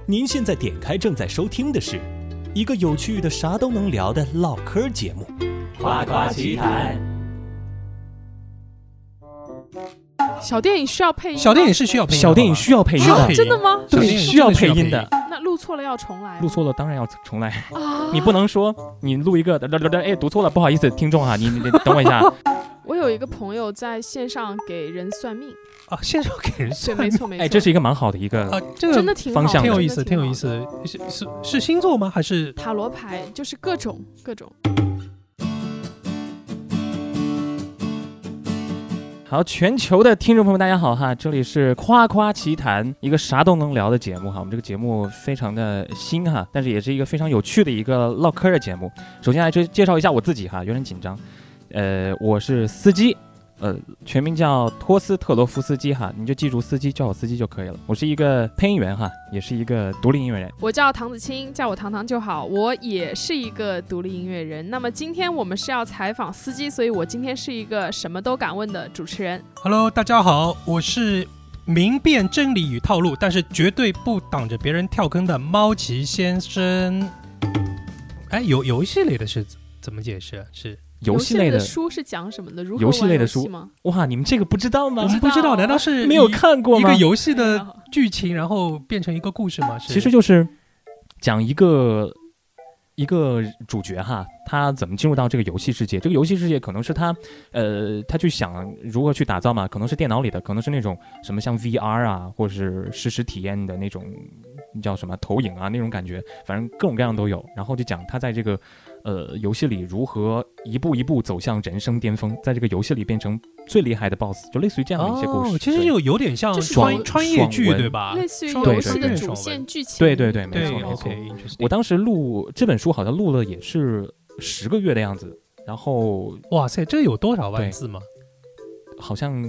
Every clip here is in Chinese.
您现在点开正在收听的是一个有趣的啥都能聊的唠嗑节目《夸夸奇谈》。 小电影需要配音吗？ 小电影是需要配音的， 小电影需要配音的， 真的吗？ 对，需要配音的。 那录错了要重来？ 录错了当然要重来你不能说你录一个哎读错了，不好意思听众啊，你等我一下。 我有一个朋友在线上给人算命啊，线上给人算命， 对，没错没错。 哎，这是一个蛮好的一个这个真的挺好， 方向， 挺有意思，挺有意思。是星座吗？还是塔罗牌？就是各种。 好，全球的听众朋友们，大家好哈！这里是夸夸奇谈，一个啥都能聊的节目哈。我们这个节目非常的新哈，但是也是一个非常有趣的一个唠嗑的节目。首先来介绍一下我自己哈，有点紧张。我是司机，全名叫托斯特罗夫斯基哈，你就记住司机，叫我司机就可以了。我是一个配音员哈，也是一个独立音乐人。 我叫唐子清，叫我糖糖就好。我也是一个独立音乐人。那么今天我们是要采访司机，所以我今天是一个什么都敢问的主持人。 Hello， 大家好，我是明辨真理与套路，但是绝对不挡着别人跳坑的猫奇先生。哎，游戏类的是怎么解释？是游戏类的书是讲什么的？如何游戏类的书吗？ 哇，你们这个不知道吗？ 我们不知道，难道是没有看过吗？ 一个游戏的剧情，然后变成一个故事吗？ 其实就是讲一个主角哈，他怎么进入到这个游戏世界？这个游戏世界可能是他去想如何去打造嘛，可能是电脑里的，可能是那种什么像 VR 啊，或者是实时体验的那种叫什么投影啊那种感觉，反正各种各样都有。然后就讲他在这个游戏里如何一步一步走向人生巅峰，在这个游戏里变成最厉害的 BOSS， 就类似于这样的一些故事。 其实有点像穿越剧对吧？ 类似于游戏的主线剧情。 对，没错。我当时录这本书好像录了也是10个月的样子，然后哇塞，这有多少万字吗？ 好像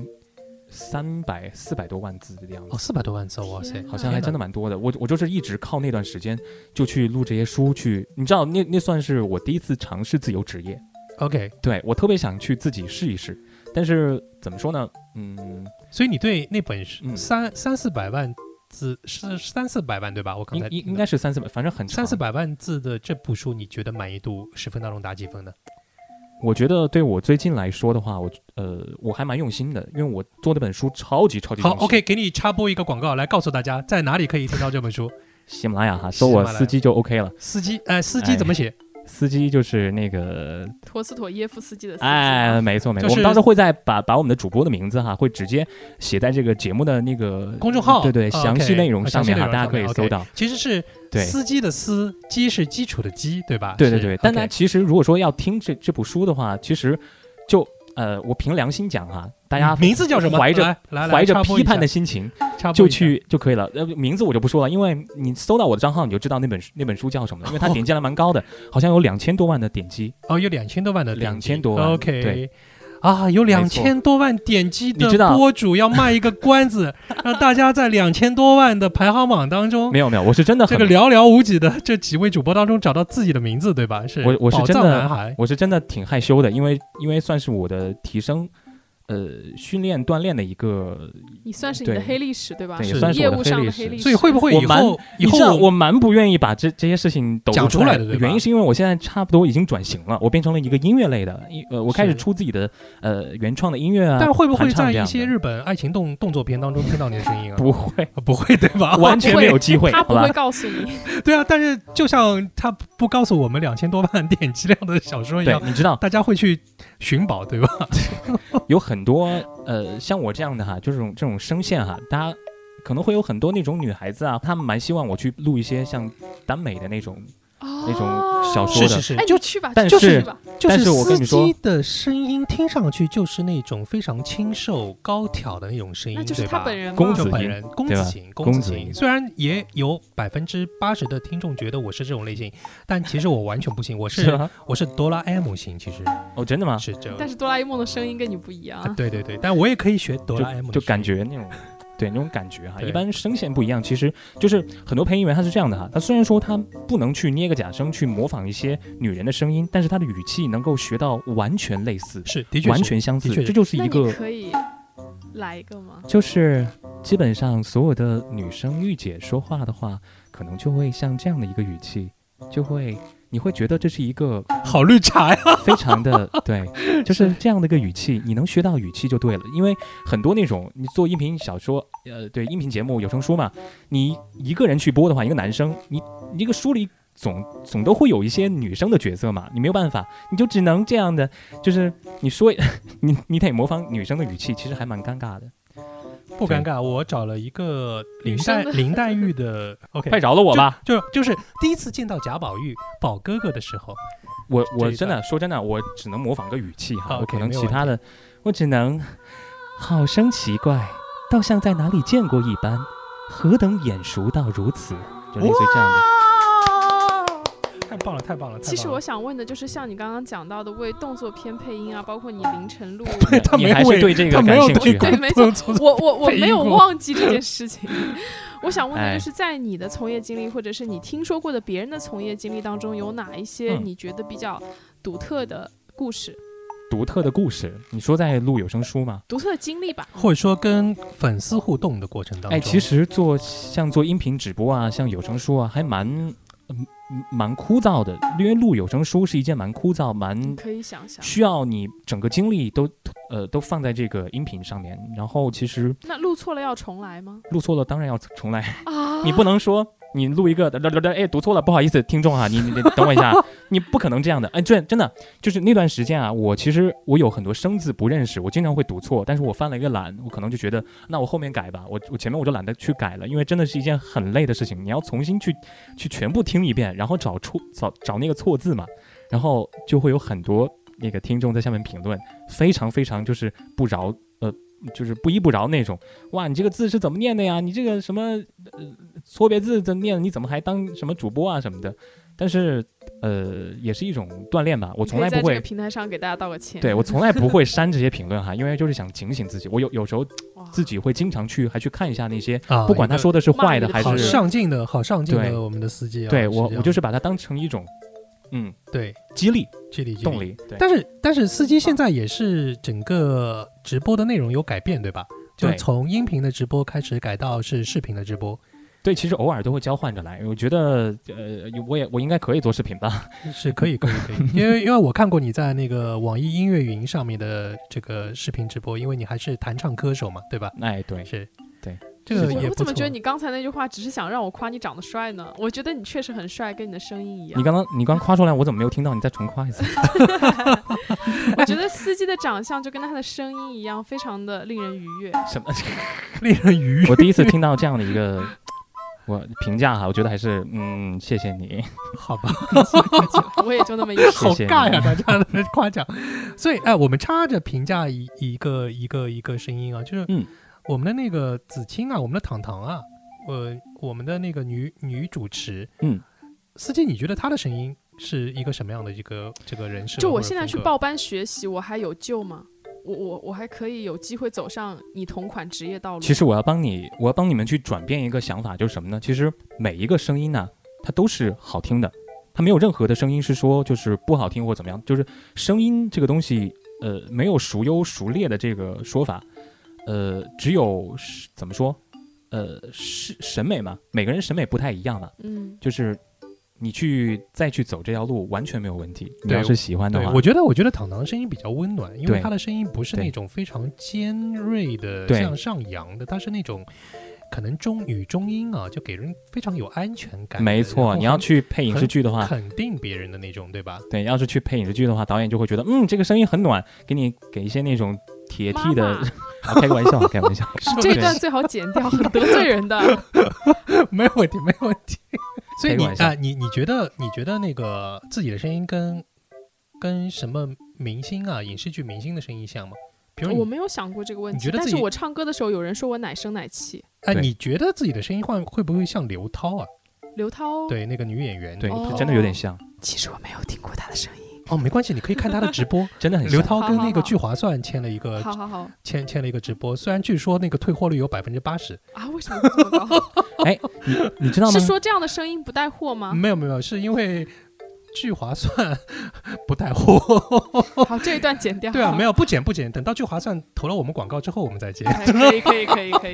400多万字的样子。 400多万字，哇塞， 好像还真的蛮多的。我就是一直靠那段时间就去录这些书去，你知道那算是我第一次尝试自由职业。 OK， 对，我特别想去自己试一试，但是怎么说呢？ 所以你对那本300-400万字是300-400万对吧？我刚才应该是300-400，反正很长。 300-400万字的这部书，你觉得满意度10分当中打几分呢？ 我觉得对我最近来说的话，我还蛮用心的，因为我做这本书超级用心。 好 ，OK， 给你插播一个广告，来告诉大家在哪里可以听到这本书。 喜马拉雅哈，搜我司机就 OK 了。 司机怎么写？ 司机就是那个陀思妥耶夫斯基的司机。 哎，没错、就是、我们到时候会把我们的主播的名字哈，会直接写在这个节目的那个公众号， 对，详细内容上面哈，大家可以搜到。 其实是司机的司，基是基础的基，对吧？ 对。但它其实如果说要听这部书的话，其实就我凭良心讲哈，大家名字叫什么？ 怀着批判的心情就去就可以了。名字我就不说了，因为你搜到我的账号，你就知道那本书叫什么了，因为它点击量蛮高的，好像有2000多万的点击。 哦，有2000多万的点击 ，2000多万。 OK， 对。 啊，有2000多万点击的博主要卖一个关子，让大家在2000多万的排行榜当中， 没有，我是真的这个寥寥无几的这几位主播当中找到自己的名字，对吧？是我是真宝藏男孩， 我是真的挺害羞的，因为算是我的提升。训练锻炼的一个， 你算是你的黑历史对吧？ 对，也算是我的黑历史。 所以会不会以后我蛮不愿意把这些事情抖出来的，对吧？ 原因是因为我现在差不多已经转型了，我变成了一个音乐类的，我开始出自己的原创的音乐啊。 但会不会在一些日本爱情动作片当中听到你的声音啊？ 不会对吧？ 完全没有机会， 他不会告诉你。 对啊，但是就像他不告诉我们2000多万点击量的小说一样， 你知道， 大家会去寻宝，对吧？ 有很多像我这样的哈，就是这种声线哈，大家可能会有很多那种女孩子啊，她们蛮希望我去录一些像耽美的那种小说的。 是， 哎，就去吧。 但是我跟你说， 司机的声音听上去就是那种非常清瘦高挑的那种声音， 那就是他本人吗？ 公子型。虽然也有80%的听众觉得我是这种类型，但其实我完全不行，我是哆啦 A 梦型。其实真的吗？ 是这。 但是哆啦 A 梦的声音跟你不一样。 对，但我也可以学哆啦 A 梦， 就感觉那种。对那种感觉哈，一般声线不一样，其实就是很多配音员他是这样的哈，他虽然说他不能去捏个假声去模仿一些女人的声音，但是他的语气能够学到完全类似， 是的确完全相似，这就是一个。 那你可以来一个吗？ 就是基本上所有的女生御姐说话的话，可能就会像这样的一个语气，你会觉得这是一个好绿茶呀， 非常的对，就是这样的一个语气，你能学到语气就对了。因为很多那种你做音频小说，对音频节目有声书嘛，你一个人去播的话，一个男生，你这个书里总都会有一些女生的角色嘛，你没有办法，你就只能这样的，就是你说你得模仿女生的语气，其实还蛮尴尬的。 不尴尬，我找了一个林黛玉的，OK， 快饶了我吧！ 就是第一次见到贾宝玉宝哥哥的时候， 我真的说真的，我只能模仿个语气哈，我可能其他的我只能好生奇怪，倒像在哪里见过一般，何等眼熟到如此，就类似于这样的。 太棒了，太棒了！ 其实我想问的就是，像你刚刚讲到的为动作片配音啊，包括你凌晨录， 你还是对这个感兴趣？ 对，没错，我没有忘记这件事情。我想问的就是，在你的从业经历，或者是你听说过的别人的从业经历当中，有哪一些你觉得比较独特的故事？ 独特的故事，你说在录有声书吗？ 独特的经历吧， 或者说跟粉丝互动的过程当中。 其实像做音频直播啊，像有声书啊，还蛮枯燥的，因为录有声书是一件蛮枯燥、 可以想象需要你整个精力都放在这个音频上面。然后其实那录错了要重来吗？ 录错了当然要重来啊！ 你不能说你录一个读错了，不好意思，听众啊，你等我一下，你不可能这样的。真的就是那段时间啊，其实我有很多生字不认识，我经常会读错，但是我犯了一个懒，我可能就觉得那我后面改吧，我前面我就懒得去改了，因为真的是一件很累的事情，你要重新去全部听一遍，然后找那个错字嘛，然后就会有很多那个听众在下面评论，非常非常就是不饶就是不依不饶那种，哇，你这个字是怎么念的呀？你这个什么错别字怎么念？你怎么还当什么主播啊什么的？但是也是一种锻炼吧。我从来不会在这个平台上给大家道个歉。 对，我从来不会删这些评论哈，因为就是想警醒自己。我有时候自己会经常还去看一下那些，不管他说的是坏的还是好上进的我们的司机啊。 对我就是把它当成一种。 对， 激励动力。 但是司机现在也是整个直播的内容有改变，对吧？就从音频的直播开始改到是视频的直播。 对，其实偶尔都会交换着来。我觉得我应该可以做视频吧？ 是可以，因为我看过你在那个网易音乐云上面的这个视频直播，因为你还是弹唱歌手嘛，对吧？ 对， 是， 对。 这个也不错。 我怎么觉得你刚才那句话只是想让我夸你长得帅呢？我觉得你确实很帅，跟你的声音一样。 你刚夸出来，我怎么没有听到？你再重夸一次。 我觉得司机的长相就跟他的声音一样，非常的令人愉悦。 什么？ 令人愉悦？ 我第一次听到这样的一个评价哈，我觉得还是谢谢你。 好吧， 我也就那么一说。 好尬呀，大家的夸奖。所以我们插着评价一个声音啊，就是我们的那个子清啊，我们的糖糖啊，我们的那个女主持，司机，你觉得她的声音是一个什么样的这个人设？ 就我现在去报班学习，我还有救吗？我还可以有机会走上你同款职业道路。 其实我要帮你们去转变一个想法，就是什么呢？其实每一个声音呢，它都是好听的，它没有任何的声音是说就是不好听或怎么样，就是声音这个东西，没有孰优孰劣的这个说法。只有怎么说，是审美嘛，每个人审美不太一样嘛，就是你再去走这条路完全没有问题。你要是喜欢的话， 我觉得糖糖声音比较温暖，因为他的声音不是那种非常尖锐的向上扬的，他是那种可能女中音啊，就给人非常有安全感。 没错，你要去配影视剧的话， 肯定别人的那种，对吧？ 对，要是去配影视剧的话，导演就会觉得这个声音很暖，给一些那种铁剃的。开个玩笑，开玩笑。 这一段最好剪掉，很得罪人的。 没有问题。所以你觉得那个自己的声音跟什么明星啊，影视剧明星的声音像吗？比如我没有想过这个问题，但是我唱歌的时候有人说我奶声奶气。 你觉得自己的声音会不会像刘涛啊？ 刘涛， 对，那个女演员， 对，真的有点像。 其实我没有听过她的声音。 没关系，你可以看他的直播， 真的很像。 刘涛跟那个聚划算签了一个，签了一个直播，虽然据说那个退货率有80% 啊，为什么会这么高？ 你知道吗？ 是说这样的声音不带货吗？ 没有，是因为聚划算不带货。 好，这一段剪掉。 对啊，没有不剪，等到聚划算投了我们广告之后，我们再接。 可以。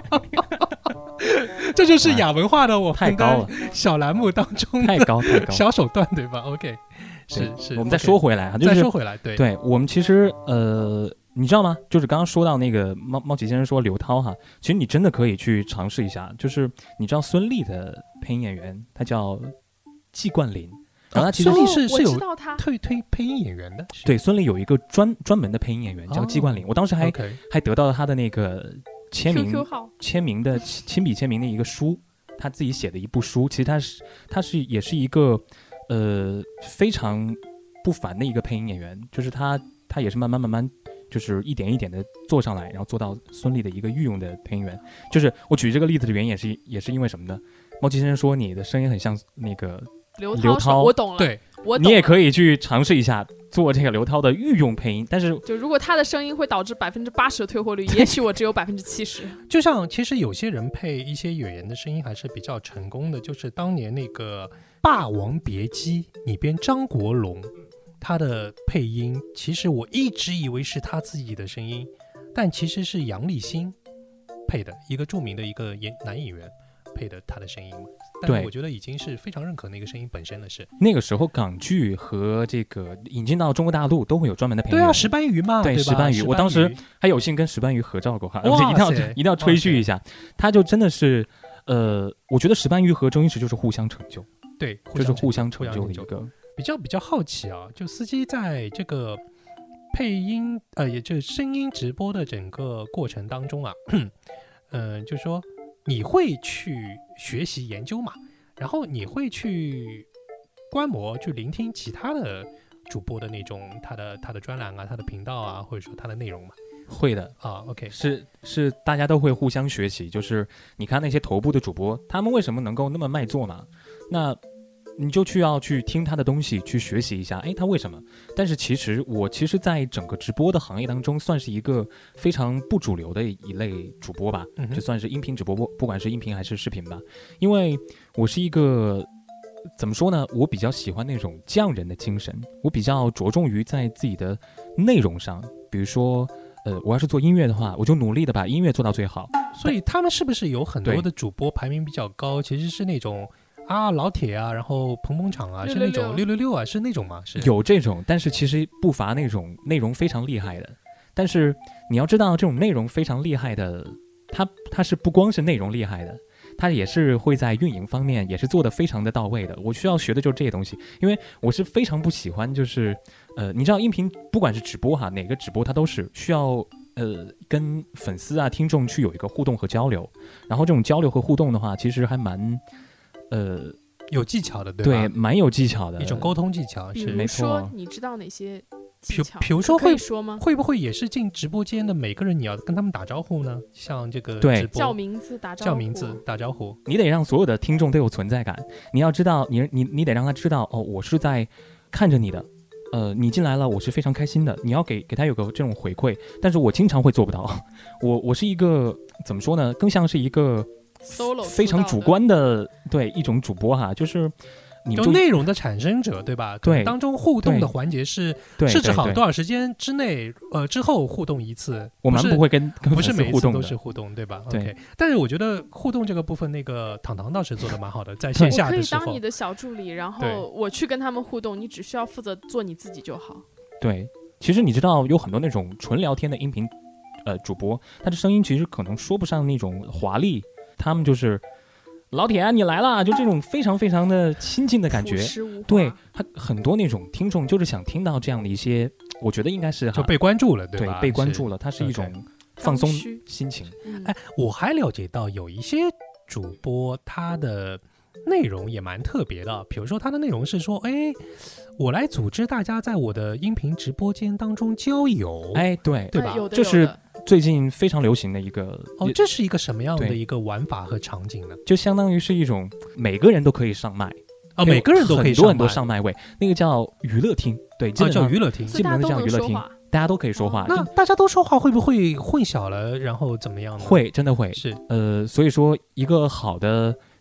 这就是亚文化的我们太高了， 小栏目当中太高小手段，对吧 ？OK， 是。 我们再说回来啊，就是再说回来，对， 我们其实你知道吗？就是刚刚说到那个猫奇先生说刘涛哈，其实你真的可以去尝试一下。就是你知道孙俪的配音演员，他叫季冠霖，然后他其实孙俪是有推配音演员的。 对，孙俪有一个专门的配音演员叫季冠霖，我当时还得到了他的那个签名的亲笔签名的一个书，他自己写的一部书。其实他也是一个非常不凡的一个配音演员，就是他也是慢慢就是一点一点的做上来，然后做到孙俪的一个御用的配音员。就是我举这个例子的原因也是因为什么呢？猫奇先生说你的声音很像那个刘涛， 我懂了， 对， 你也可以去尝试一下做这个刘涛的御用配音。但是就如果他的声音会导致80%的退货率，也许我只有70%。 就像其实有些人配一些演员的声音还是比较成功的，就是当年那个《霸王别姬》里边张国荣。他的配音其实我一直以为是他自己的声音，但其实是杨立新配的，一个著名的一个男演员配的他的声音嘛。但我觉得已经是非常认可那个声音本身的是。 那个时候港剧和这个引进到中国大陆都会有专门的配音员。 对啊，石斑鱼嘛， 对，石斑鱼，我当时还有幸跟石斑鱼合照过哈，一定要吹嘘一下。他就真的是我觉得石斑鱼和周星驰就是互相成就。 对， 就是互相成就的一个。 比较好奇啊，就司机在这个配音也就是声音直播的整个过程当中啊，就是说你会去学习研究嘛，然后你会去观摩去聆听其他的主播的那种他的专栏啊，他的频道啊，或者说他的内容嘛。 会的啊 ，OK， 是大家都会互相学习。就是你看那些头部的主播，他们为什么能够那么卖座嘛？那你就要去听他的东西，去学习一下，他为什么？但是我其实在整个直播的行业当中，算是一个非常不主流的一类主播吧，就算是音频直播，不管是音频还是视频吧。因为我是一个怎么说呢？我比较喜欢那种匠人的精神，我比较着重于在自己的内容上，比如说。我要是做音乐的话，我就努力的把音乐做到最好。 所以他们是不是有很多的主播排名比较高？其实是那种老铁啊，然后捧场啊，是那种666啊，是那种吗？是有这种，但是其实不乏那种内容非常厉害的。但是你要知道，这种内容非常厉害的，它是不光是内容厉害的，它也是会在运营方面也是做得非常的到位的。我需要学的就是这些东西，因为我是非常不喜欢就是你知道音频不管是直播哈，哪个直播它都是需要跟粉丝啊听众去有一个互动和交流，然后这种交流和互动的话，其实还蛮有技巧的，对吧？ 对，蛮有技巧的一种沟通技巧，是没错。你知道哪些技巧？ 比如说可以说吗？ 会不会也是进直播间的每个人你要跟他们打招呼呢？像这个对直播叫名字打招呼， 你得让所有的听众都有存在感。你要知道，你得让他知道哦，我是在看着你的。你进来了，我是非常开心的。你要给他有个这种回馈，但是我经常会做不到。我是一个怎么说呢？更像是一个 solo 非常主观的对一种主播哈，就是你就内容的产生者，对吧？ 对， 当中互动的环节是设置好多少时间之内，之后互动一次。 我们不会跟不是每一次都是互动，对吧？ 对。 OK， 但是我觉得互动这个部分，那个糖糖倒是做的蛮好的，在线下的时候。 我可以当你的小助理，然后我去跟他们互动，你只需要负责做你自己就好。 对，其实你知道有很多那种纯聊天的音频，主播，他的声音其实可能说不上那种华丽，他们就是。老铁啊，你来了！就这种非常非常的亲近的感觉，对他很多那种听众就是想听到这样的一些，我觉得应该是就被关注了，对吧？ 对，被关注了，它是一种放松心情。 我还了解到有一些主播他的内容也蛮特别的，比如说他的内容是说，我来组织大家在我的音频直播间当中交友，对吧？ 有的这是最近非常流行的一个这是一个什么样的一个玩法和场景呢？ 就相当于是一种每个人都可以上麦每个人都可以上麦，很多人都上麦位，那个叫娱乐厅，对， 叫娱乐厅， 基本上叫娱乐厅，大家都可以说话。 那大家都说话会不会混淆了，然后怎么样呢？ 会，真的会。 是所以说一个好的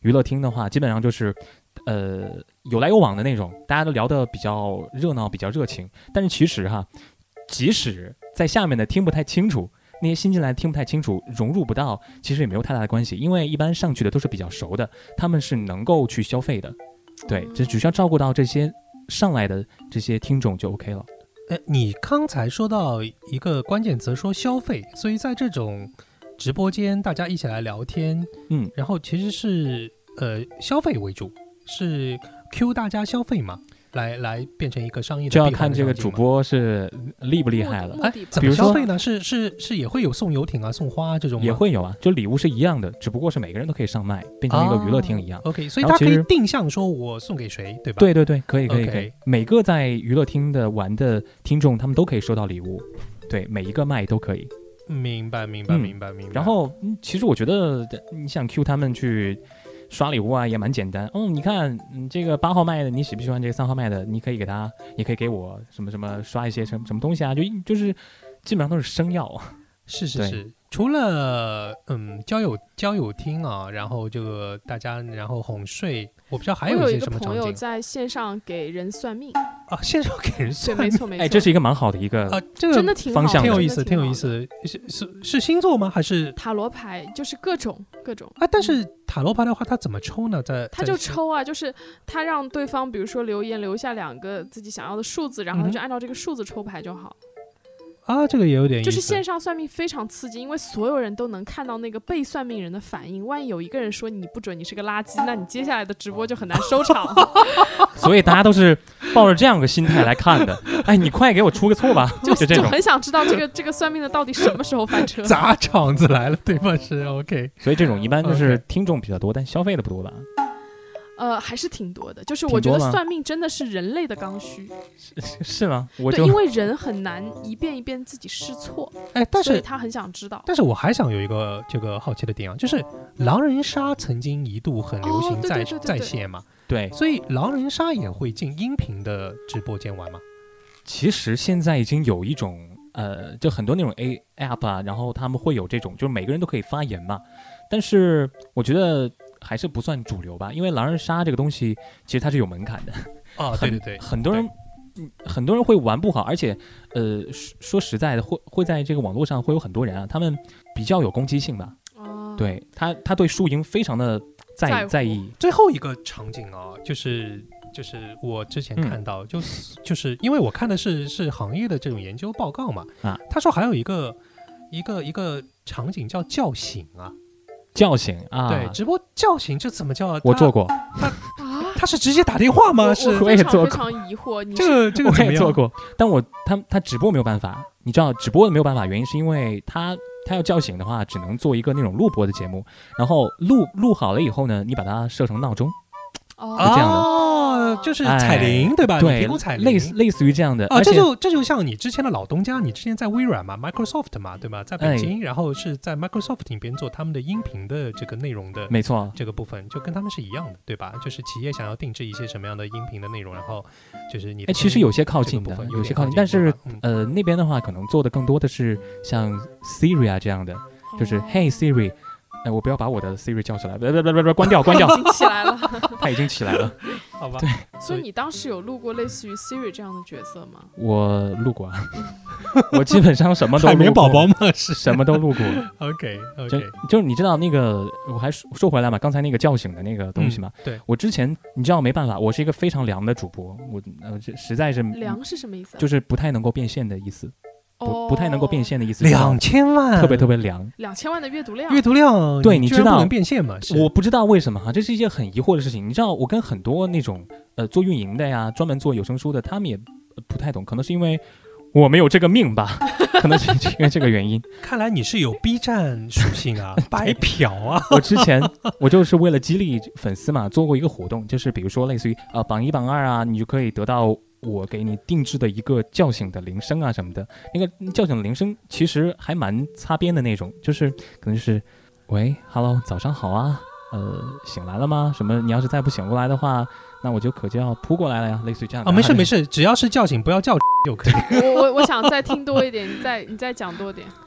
娱乐厅的话，基本上就是有来有往的那种，大家都聊得比较热闹，比较热情。但是其实哈，即使在下面的听不太清楚，那些新进来的听不太清楚，融入不到，其实也没有太大的关系，因为一般上去的都是比较熟的，他们是能够去消费的。对，只需要照顾到这些上来的这些听众就 OK 了。 你刚才说到一个关键词，说消费，所以在这种直播间大家一起来聊天，然后其实是消费为主，是 Q 大家消费嘛，来变成一个商业的， 就要看这个主播是厉不厉害了。 怎么消费呢？是也会有送游艇啊、送花这种吗？ 也会有啊，就礼物是一样的，只不过是每个人都可以上麦，变成一个娱乐厅一样。 OK， 所以他可以定向说我送给谁，对吧？ 对，可以。每个在娱乐厅的玩的听众，他们都可以收到礼物。对，每一个麦都可以。 明白。 然后，其实我觉得你想 Q 他们去刷礼物啊，也蛮简单。你看这个8号麦的，你喜不喜欢这个3号麦的？你可以给他，也可以给我什么刷一些什么东西啊，就是基本上都是生药。 是。除了交友厅啊，然后这个大家然后哄睡，我不知道还有一些什么场景。 我有一个朋友在线上给人算命啊，线上给人算命， 对，没错。 这是一个蛮好的一个这个真的挺方向，挺有意思。 是星座吗？还是塔罗牌？就是各种啊。但是塔罗牌的话，他怎么抽呢？ 他就抽啊，就是他让对方比如说留言留下2个自己想要的数字，然后他就按照这个数字抽牌就好。 这个也有点意思。 就是线上算命非常刺激，因为所有人都能看到那个被算命人的反应。万一有一个人说你不准，你是个垃圾，那你接下来的直播就很难收场。 所以大家都是抱着这样的心态来看的。你快给我出个错吧，就这种。 就很想知道这个算命的到底什么时候翻车。 砸场子来了，对吧？是 OK。 所以这种一般就是听众比较多，但消费的不多吧。 还是挺多的，就是我觉得算命真的是人类的刚需。 是吗？ 对，因为人很难一遍一遍自己试错，所以他很想知道。 但是我还想有一个这个好奇的点啊，就是狼人杀曾经一度很流行在线嘛， 对， 所以狼人杀也会进音频的直播间玩吗？ 其实现在已经有一种就很多那种 app 啊，然后他们会有这种，就是每个人都可以发言嘛，但是我觉得还是不算主流吧，因为狼人杀这个东西其实它是有门槛的。 对， 很多人会玩不好，而且说实在的，会在这个网络上会有很多人啊，他们比较有攻击性吧。对他对输赢非常的在意。 最后一个场景啊，就是我之前看到，就是因为我看的是行业的这种研究报告嘛，他说还有一个场景叫叫醒啊。 叫醒啊！ 对，直播叫醒这怎么叫？ 我做过。 他是直接打电话吗？ 我也做过。非常疑惑， 这个我也做过，但他直播没有办法，你知道直播没有办法，原因是因为他要叫醒的话，只能做一个那种录播的节目，然后录好了以后呢，你把它设成闹钟，是这样的。 就是彩铃，对吧？ 对， 提供彩铃， 类似于这样的。 这就像你之前的老东家，你之前在微软嘛 ，Microsoft 嘛，对吧？在北京，然后是在 Microsoft 里边做他们的音频的这个内容的， 没错， 这个部分就跟他们是一样的，对吧？就是企业想要定制一些什么样的音频的内容，然后就是你其实有些靠近的，有些靠近，但是那边的话可能做的更多的是像 Siri 啊这样的，就是 Hey Siri。我不要把我的 Siri 叫出来，不，关掉。 已经起来了， 他已经起来了， 好吧？ 对， 所以你当时有录过类似于 Siri 这样的角色吗？ 我录过，我基本上什么都录过。 海绵宝宝吗？是什么都录过。 OK， 就是你知道那个，我还说回来嘛，刚才那个叫醒的那个东西嘛， 对， 我之前你知道没办法，我是一个非常凉的主播，我实在是凉是什么意思？ 就是不太能够变现的意思。不太能够变现的意思。 2000万， 特别凉。 2000万的阅读量， 对，你知道不能变现吗？ 我不知道为什么哈，这是一件很疑惑的事情。你知道，我跟很多那种做运营的呀，专门做有声书的，他们也不太懂，可能是因为我没有这个命吧，可能是因为这个原因。 看来你是有 B 站属性啊，白嫖啊！ 我之前我就是为了激励粉丝嘛，做过一个活动，就是比如说类似于榜1榜2啊，你就可以得到我给你定制的一个叫醒的铃声啊什么的。那个叫醒的铃声其实还蛮擦边的那种，就是可能就是喂 ，Hello， 早上好啊，醒来了吗？什么？你要是再不醒过来的话，那我就可就要扑过来了呀，类似于这样的。 没事，只要是叫醒，不要叫就可以。 我想再听多一点，你再讲多点。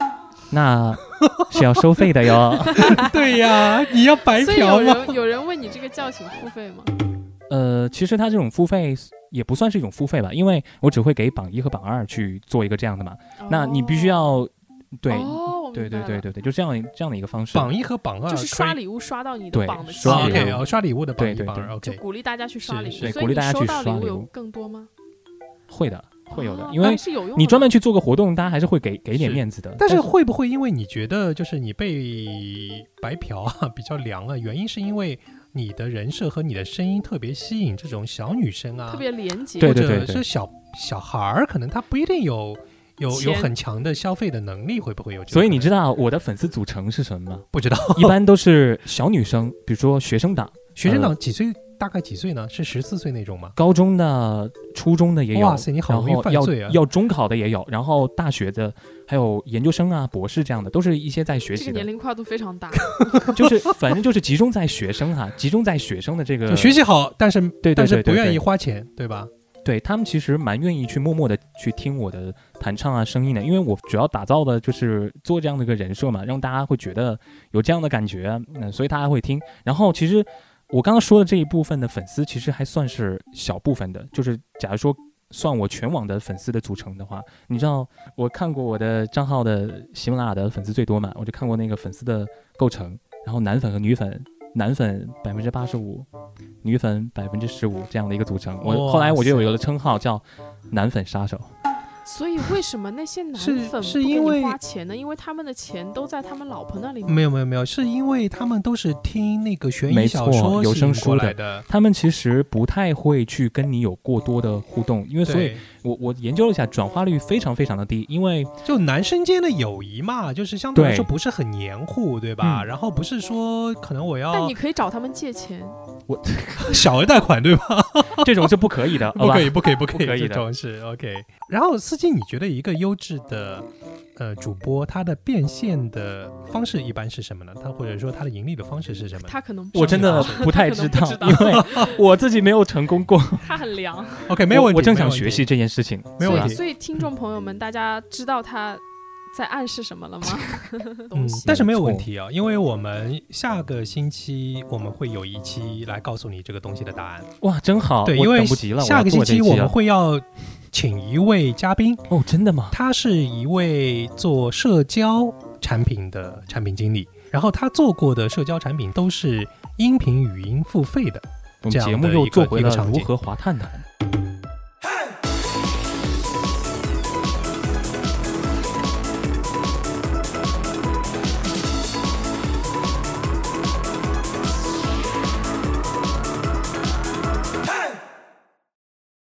那是要收费的哟。 对呀，你要白嫖吗？ 所以有人问你这个叫请付费吗？ 其实他这种付费也不算是一种付费吧，因为我只会给榜1和榜2去做一个这样的嘛。那你必须要对。对，就这样的一个方式。 榜1和榜2 就是刷礼物刷到你的榜的前面，刷礼物的榜1、榜2， 就鼓励大家去刷礼物。 对，鼓励大家去刷礼物。 所以你收到礼物有更多吗？ 会的，会有的，因为你专门去做个活动，大家还是会给点面子的。 但是会不会因为你觉得就是你被白嫖啊比较凉了，原因是因为你的人设和你的声音特别吸引这种小女生啊， 特别廉洁， 或者是小孩儿，可能他不一定有很强的消费的能力，会不会有这种？ 所以你知道我的粉丝组成是什么吗？ 不知道， 一般都是小女生，比如说学生党。 学生党几岁？大概几岁呢？是14岁那种吗？ 高中的、初中的也有。 哇塞，你好容易犯罪啊！ 要中考的也有，然后大学的，还有研究生啊、博士这样的，都是一些在学习的。 这个年龄跨度非常大， 就是反正就是集中在学生哈，集中在学生的这个学习好，但是但是不愿意花钱，对吧？ 对，他们其实蛮愿意去默默的去听我的弹唱啊、声音的，因为我主要打造的就是做这样的一个人设嘛，让大家会觉得有这样的感觉，所以大家会听。然后其实我刚刚说的这一部分的粉丝，其实还算是小部分的，就是假如说算我全网的粉丝的组成的话，你知道我看过我的账号的喜马拉雅的粉丝最多嘛，我就看过那个粉丝的构成，然后男粉和女粉。男粉85%，女粉15%这样的一个组成。后来我就有了称号叫男粉杀手。 所以为什么那些男粉不给你花钱呢？因为他们的钱都在他们老婆那里吗？ 没有，是因为他们都是听那个悬疑小说有声书的， 他们其实不太会去跟你有过多的互动，因为所以我研究了一下，转化率非常非常的低，因为就男生间的友谊嘛，就是相对来说不是很黏糊，对吧？然后不是说可能我要， 但你可以找他们借钱， 我小额贷款对吧？ 这种是不可以的， 不可以的， 这种是 OK。然后司机，你觉得一个优质的主播，他的变现的方式一般是什么呢？他或者说他的盈利的方式是什么？ 他可能我真的不太知道，因为我自己没有成功过。 他很凉。 OK， 没有问题， 我正想学习这件事情， 没有问题。 所以听众朋友们，大家知道他在暗示什么了吗？ 但是没有问题啊，因为我们下个星期我们会有一期来告诉你这个东西的答案。 哇，真好！ 对，因为下个星期我们会要请一位嘉宾。 哦，真的吗？ 他是一位做社交产品的产品经理，然后他做过的社交产品都是音频语音付费的。 我们节目又做回了如何滑探谈。